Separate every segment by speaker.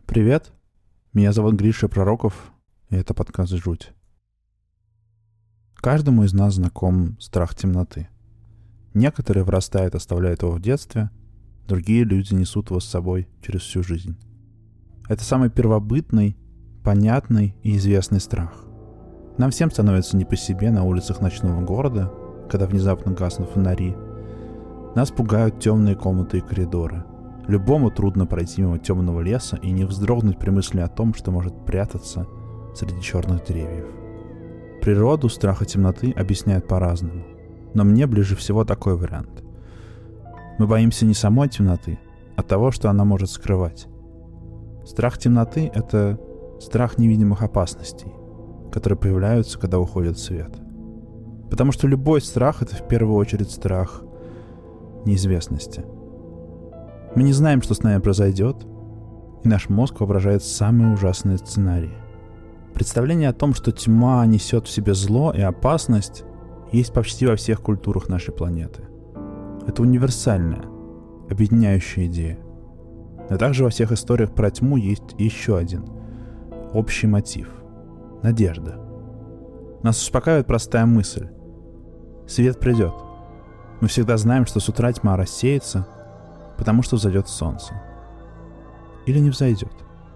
Speaker 1: Привет, меня зовут Гриша Пророков, и это подкаст «Жуть». Каждому из нас знаком страх темноты. Некоторые вырастают, оставляют его в детстве, другие люди несут его с собой через всю жизнь. Это самый первобытный, понятный и известный страх. Нам всем становится не по себе на улицах ночного города, когда внезапно гаснут фонари. Нас пугают темные комнаты и коридоры. Любому трудно пройти мимо темного леса и не вздрогнуть при мысли о том, что может прятаться среди черных деревьев. Природу страха темноты объясняют по-разному, но мне ближе всего такой вариант. Мы боимся не самой темноты, а того, что она может скрывать. Страх темноты — это страх невидимых опасностей, которые появляются, когда уходит свет. Потому что любой страх — это в первую очередь страх неизвестности. Мы не знаем, что с нами произойдет, и наш мозг воображает самые ужасные сценарии. Представление о том, что тьма несет в себе зло и опасность, есть почти во всех культурах нашей планеты. Это универсальная, объединяющая идея. Но также во всех историях про тьму есть еще один общий мотив — надежда. Нас успокаивает простая мысль. Свет придет. Мы всегда знаем, что с утра тьма рассеется, потому что взойдет солнце. Или не взойдет.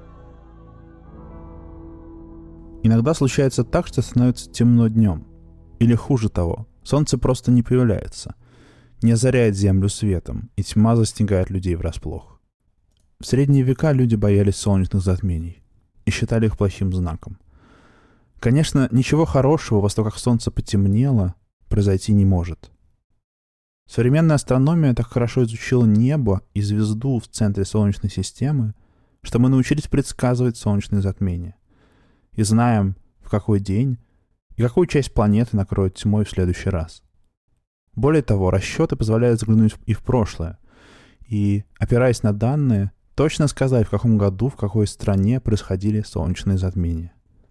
Speaker 1: Иногда случается так, что становится темно днем. Или хуже того, солнце просто не появляется, не озаряет землю светом, и тьма застигает людей врасплох. В средние века люди боялись солнечных затмений и считали их плохим знаком. Конечно, ничего хорошего во того, как солнце потемнело, произойти не может. Современная астрономия так хорошо изучила небо и звезду в центре Солнечной системы, что мы научились предсказывать солнечные затмения. И знаем, в какой день и какую часть планеты накроет тьмой в следующий раз. Более того, расчеты позволяют заглянуть и в прошлое, и, опираясь на данные, точно сказать, в каком году, в какой стране происходили солнечные затмения.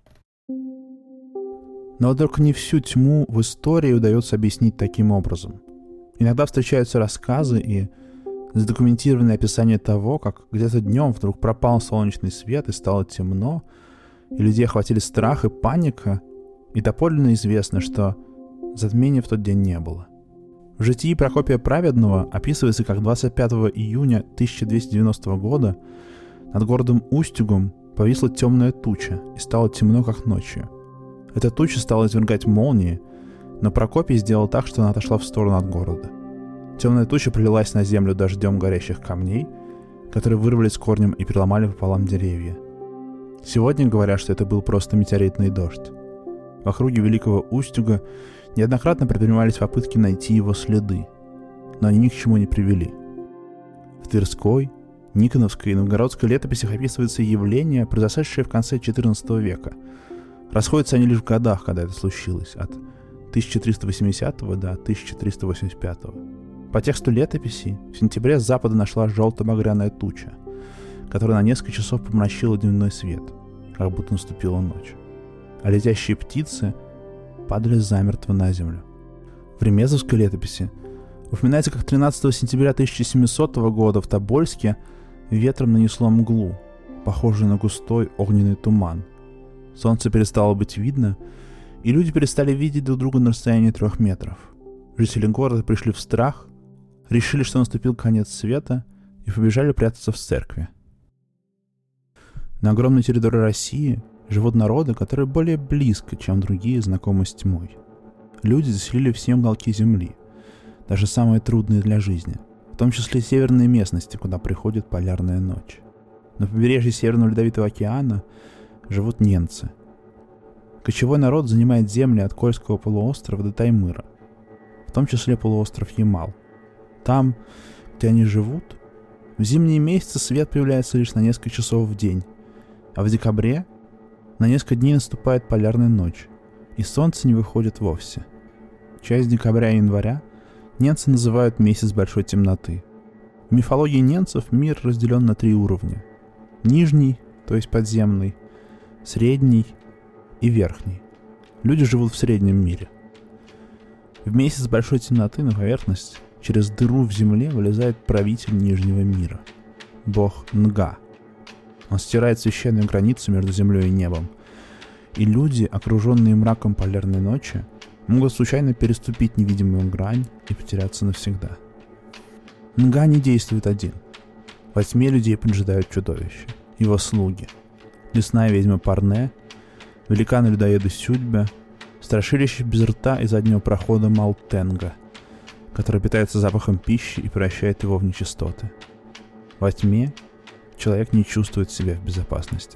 Speaker 1: Но только не всю тьму в истории удается объяснить таким образом. Иногда встречаются рассказы и задокументированное описание того, как где-то днем вдруг пропал солнечный свет и стало темно, и людей охватили страх и паника, и доподлинно известно, что затмения в тот день не было. В житии Прокопия Праведного описывается, как 25 июня 1290 года над городом Устюгом повисла темная туча, и стало темно, как ночью. Эта туча стала извергать молнии, но Прокопий сделал так, что она отошла в сторону от города. Темная туча прилилась на землю дождем горящих камней, которые вырвались с корнем и переломали пополам деревья. Сегодня говорят, что это был просто метеоритный дождь. В округе Великого Устюга неоднократно предпринимались попытки найти его следы, но они ни к чему не привели. В Тверской, Никоновской и Новгородской летописях описывается явление, произошедшее в конце XIV века. Расходятся они лишь в годах, когда это случилось, от 1380 до 1385. По тексту летописей в сентябре с запада нашла желто-багряная туча, которая на несколько часов помрачила дневной свет, как будто наступила ночь. А летящие птицы падали замертво на землю. В ремезовской летописи упоминается, как 13 сентября 1700 года в Тобольске ветром нанесло мглу, похожую на густой огненный туман. Солнце перестало быть видно, и люди перестали видеть друг друга на расстоянии 3 метров. Жители города пришли в страх, решили, что наступил конец света, и побежали прятаться в церкви. На огромной территории России живут народы, которые более близко, чем другие, знакомы с тьмой. Люди заселили все уголки земли, даже самые трудные для жизни, в том числе северные местности, куда приходит полярная ночь. На побережье Северного Ледовитого океана живут ненцы. Кочевой народ занимает земли от Кольского полуострова до Таймыра, в том числе полуостров Ямал. Там, где они живут, в зимние месяцы свет появляется лишь на несколько часов в день, а в декабре на несколько дней наступает полярная ночь, и солнце не выходит вовсе. Часть декабря и января ненцы называют месяц большой темноты. В мифологии ненцев мир разделен на 3 уровня. Нижний, то есть подземный, средний и верхний. Люди живут в среднем мире. В месяц большой темноты на поверхность через дыру в земле вылезает правитель Нижнего мира, бог Нга. Он стирает священную границу между землей и небом. И люди, окруженные мраком полярной ночи, могут случайно переступить невидимую грань и потеряться навсегда. Нга не действует один. Во тьме людей поджидают чудовища, его слуги. Лесная ведьма Парне, великаны-людоеды Сюдьбе, страшилище без рта и заднего прохода Малтенга, который питается запахом пищи и превращает его в нечистоты. Во тьме человек не чувствует себя в безопасности.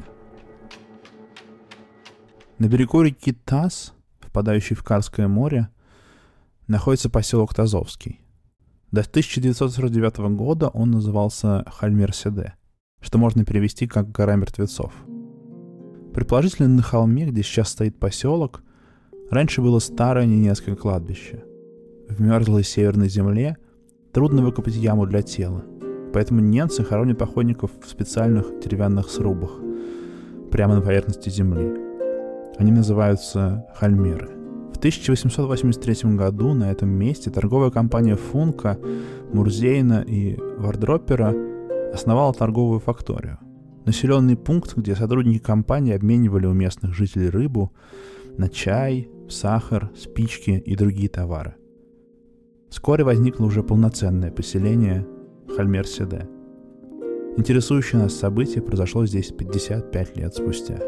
Speaker 1: На берегу реки Таз, впадающей в Карское море, находится поселок Тазовский. До 1949 года он назывался Хальмер-Седе, что можно перевести как «гора мертвецов». Предположительно, на холме, где сейчас стоит поселок, раньше было старое ненецкое кладбище. В мерзлой северной земле трудно выкопать яму для тела, поэтому немцы хоронят покойников в специальных деревянных срубах, прямо на поверхности земли. Они называются хальмеры. В 1883 году на этом месте торговая компания Функа, Мурзейна и Вардроппера основала торговую факторию. Населенный пункт, где сотрудники компании обменивали у местных жителей рыбу на чай, сахар, спички и другие товары. Вскоре возникло уже полноценное поселение Хальмер-Седе. Интересующее нас событие произошло здесь 55 лет спустя.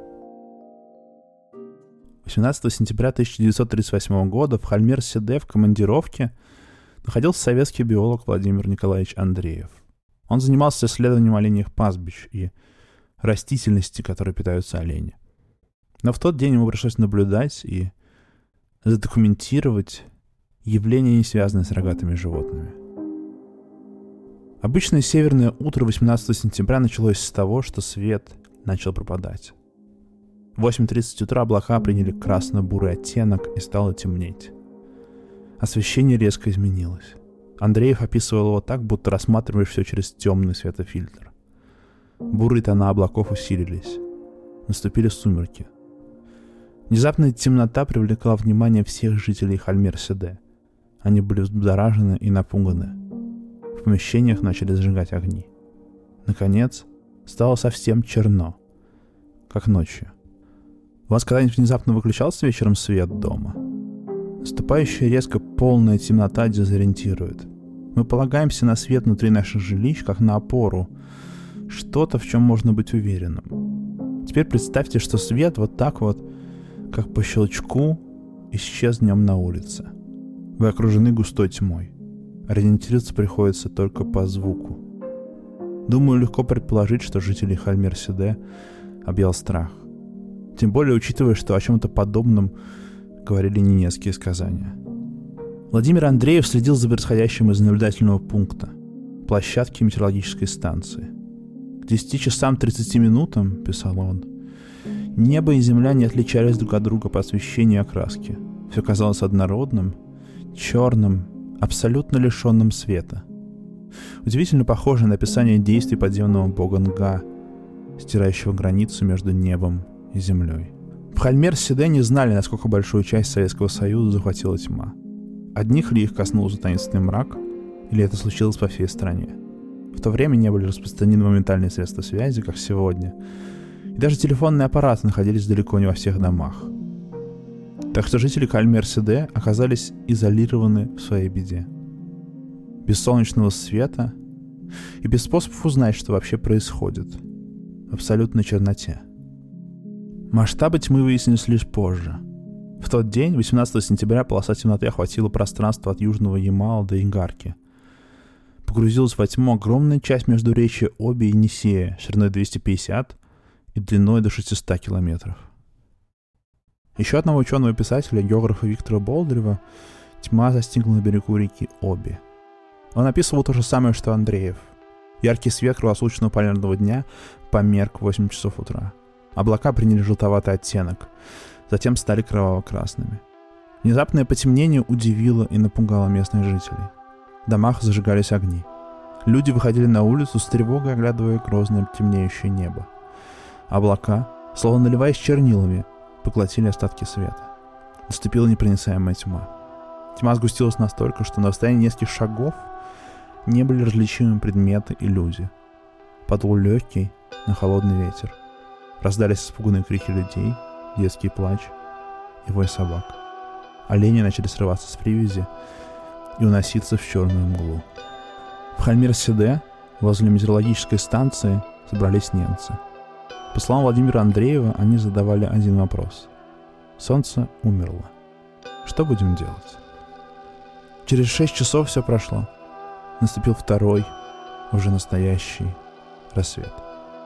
Speaker 1: 18 сентября 1938 года в Хальмер-Седе в командировке находился советский биолог Владимир Николаевич Андреев. Он занимался исследованием оленьих пастбищ и растительности, которой питаются олени. Но в тот день ему пришлось наблюдать и задокументировать явления, не связанные с рогатыми животными. Обычное северное утро 18 сентября началось с того, что свет начал пропадать. В 8:30 утра облака приняли красно-бурый оттенок и стало темнеть. Освещение резко изменилось. Андреев описывал его так, будто рассматриваешь все через темный светофильтр. Бурые тона облаков усилились. Наступили сумерки. Внезапная темнота привлекла внимание всех жителей Хальмер-Седе. Они были взбудоражены и напуганы. В помещениях начали зажигать огни. Наконец, стало совсем черно, как ночью. У вас когда-нибудь внезапно выключался вечером свет дома? Наступающая резко полная темнота дезориентирует. Мы полагаемся на свет внутри наших жилищ, как на опору, что-то, в чем можно быть уверенным. Теперь представьте, что свет вот так вот, как по щелчку, исчез днем на улице. Вы окружены густой тьмой. Ориентироваться приходится только по звуку. Думаю, легко предположить, что жителей Хальмер-Седе объял страх. Тем более, учитывая, что о чем-то подобном говорили ненецкие сказания. Владимир Андреев следил за происходящим из наблюдательного пункта, площадки метеорологической станции. К 10 часам 30 минутам, писал он, небо и земля не отличались друг от друга по освещению и окраске. Все казалось однородным, черным, абсолютно лишенным света. Удивительно похоже на описание действий подземного бога Нга, стирающего границу между небом и землей. В Хальмер-Седе не знали, насколько большую часть Советского Союза захватила тьма. Одних ли их коснулся таинственный мрак, или это случилось по всей стране. В то время не были распространены моментальные средства связи, как сегодня, и даже телефонные аппараты находились далеко не во всех домах. Так что жители Хальмер-Седе оказались изолированы в своей беде. Без солнечного света и без способов узнать, что вообще происходит. В абсолютной черноте. Масштабы тьмы выяснились лишь позже. В тот день, 18 сентября, полоса темноты охватила пространство от Южного Ямала до Игарки. Погрузилась во тьму огромная часть междуречья Оби и Нисея, шириной 250 и длиной до 600 километров. Еще одного ученого писателя, географа Виктора Болдырева, тьма застигла на берегу реки Оби. Он описывал то же самое, что Андреев. Яркий свет круглосуточного полярного дня померк в 8 часов утра. Облака приняли желтоватый оттенок, затем стали кроваво-красными. Внезапное потемнение удивило и напугало местных жителей. В домах зажигались огни. Люди выходили на улицу с тревогой, оглядывая грозное темнеющее небо. Облака, словно наливаясь чернилами, поглотили остатки света. Наступила непроницаемая тьма. Тьма сгустилась настолько, что на расстоянии нескольких шагов не были различимы предметы и люди. Подул легкий, на холодный ветер. Раздались испуганные крики людей, детский плач и вой собак. Олени начали срываться с привязи и уноситься в черную мглу. В Хальмир-Седе, возле метеорологической станции, собрались немцы. По словам Владимира Андреева, они задавали один вопрос. Солнце умерло. Что будем делать? Через 6 часов все прошло. Наступил второй, уже настоящий рассвет.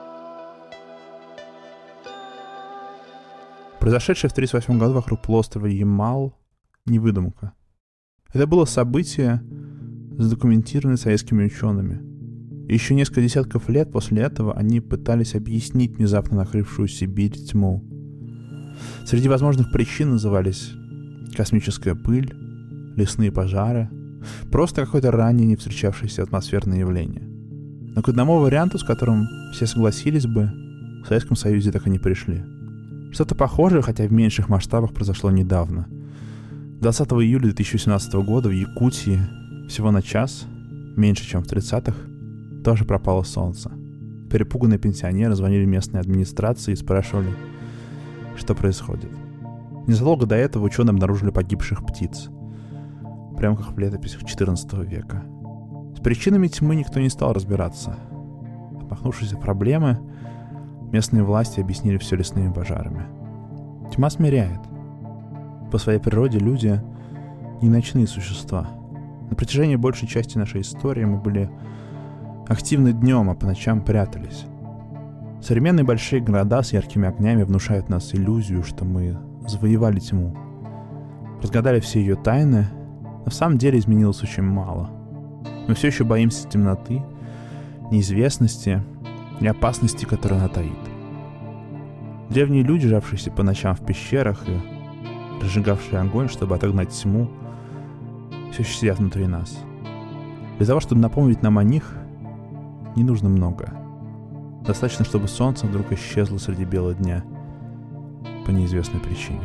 Speaker 1: Произошедшее в 1938 году вокруг полуострова Ямал — не выдумка. Это было событие, задокументированное советскими учеными. И еще несколько десятков лет после этого они пытались объяснить внезапно накрывшую Сибирь тьму. Среди возможных причин назывались космическая пыль, лесные пожары, просто какое-то ранее не встречавшееся атмосферное явление. Но к одному варианту, с которым все согласились бы, в Советском Союзе так и не пришли. Что-то похожее, хотя в меньших масштабах, произошло недавно. 20 июля 2017 года в Якутии всего на час, меньше чем в 30-х, тоже пропало солнце. Перепуганные пенсионеры звонили местной администрации и спрашивали, что происходит. Незадолго до этого ученые обнаружили погибших птиц, прямо как в летописях XIV века. С причинами тьмы никто не стал разбираться. Отмахнувшись от проблемы, местные власти объяснили все лесными пожарами. Тьма смиряет. По своей природе люди не ночные существа. На протяжении большей части нашей истории мы были активны днем, а по ночам прятались. Современные большие города с яркими огнями внушают нас иллюзию, что мы завоевали тьму. Разгадали все ее тайны, но в самом деле изменилось очень мало. Мы все еще боимся темноты, неизвестности и опасности, которые она таит. Древние люди, жившие по ночам в пещерах и разжигавшие огонь, чтобы отогнать тьму, все еще сидят внутри нас. Для того, чтобы напомнить нам о них, не нужно много. Достаточно, чтобы солнце вдруг исчезло среди бела дня по неизвестной причине.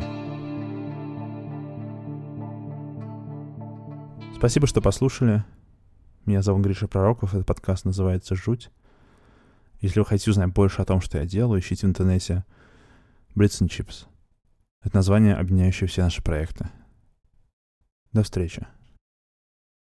Speaker 1: Спасибо, что послушали. Меня зовут Гриша Пророков, этот подкаст называется «Жуть». Если вы хотите узнать больше о том, что я делаю, ищите в интернете Blitz and Chips. Это название, объединяющее все наши проекты. До встречи.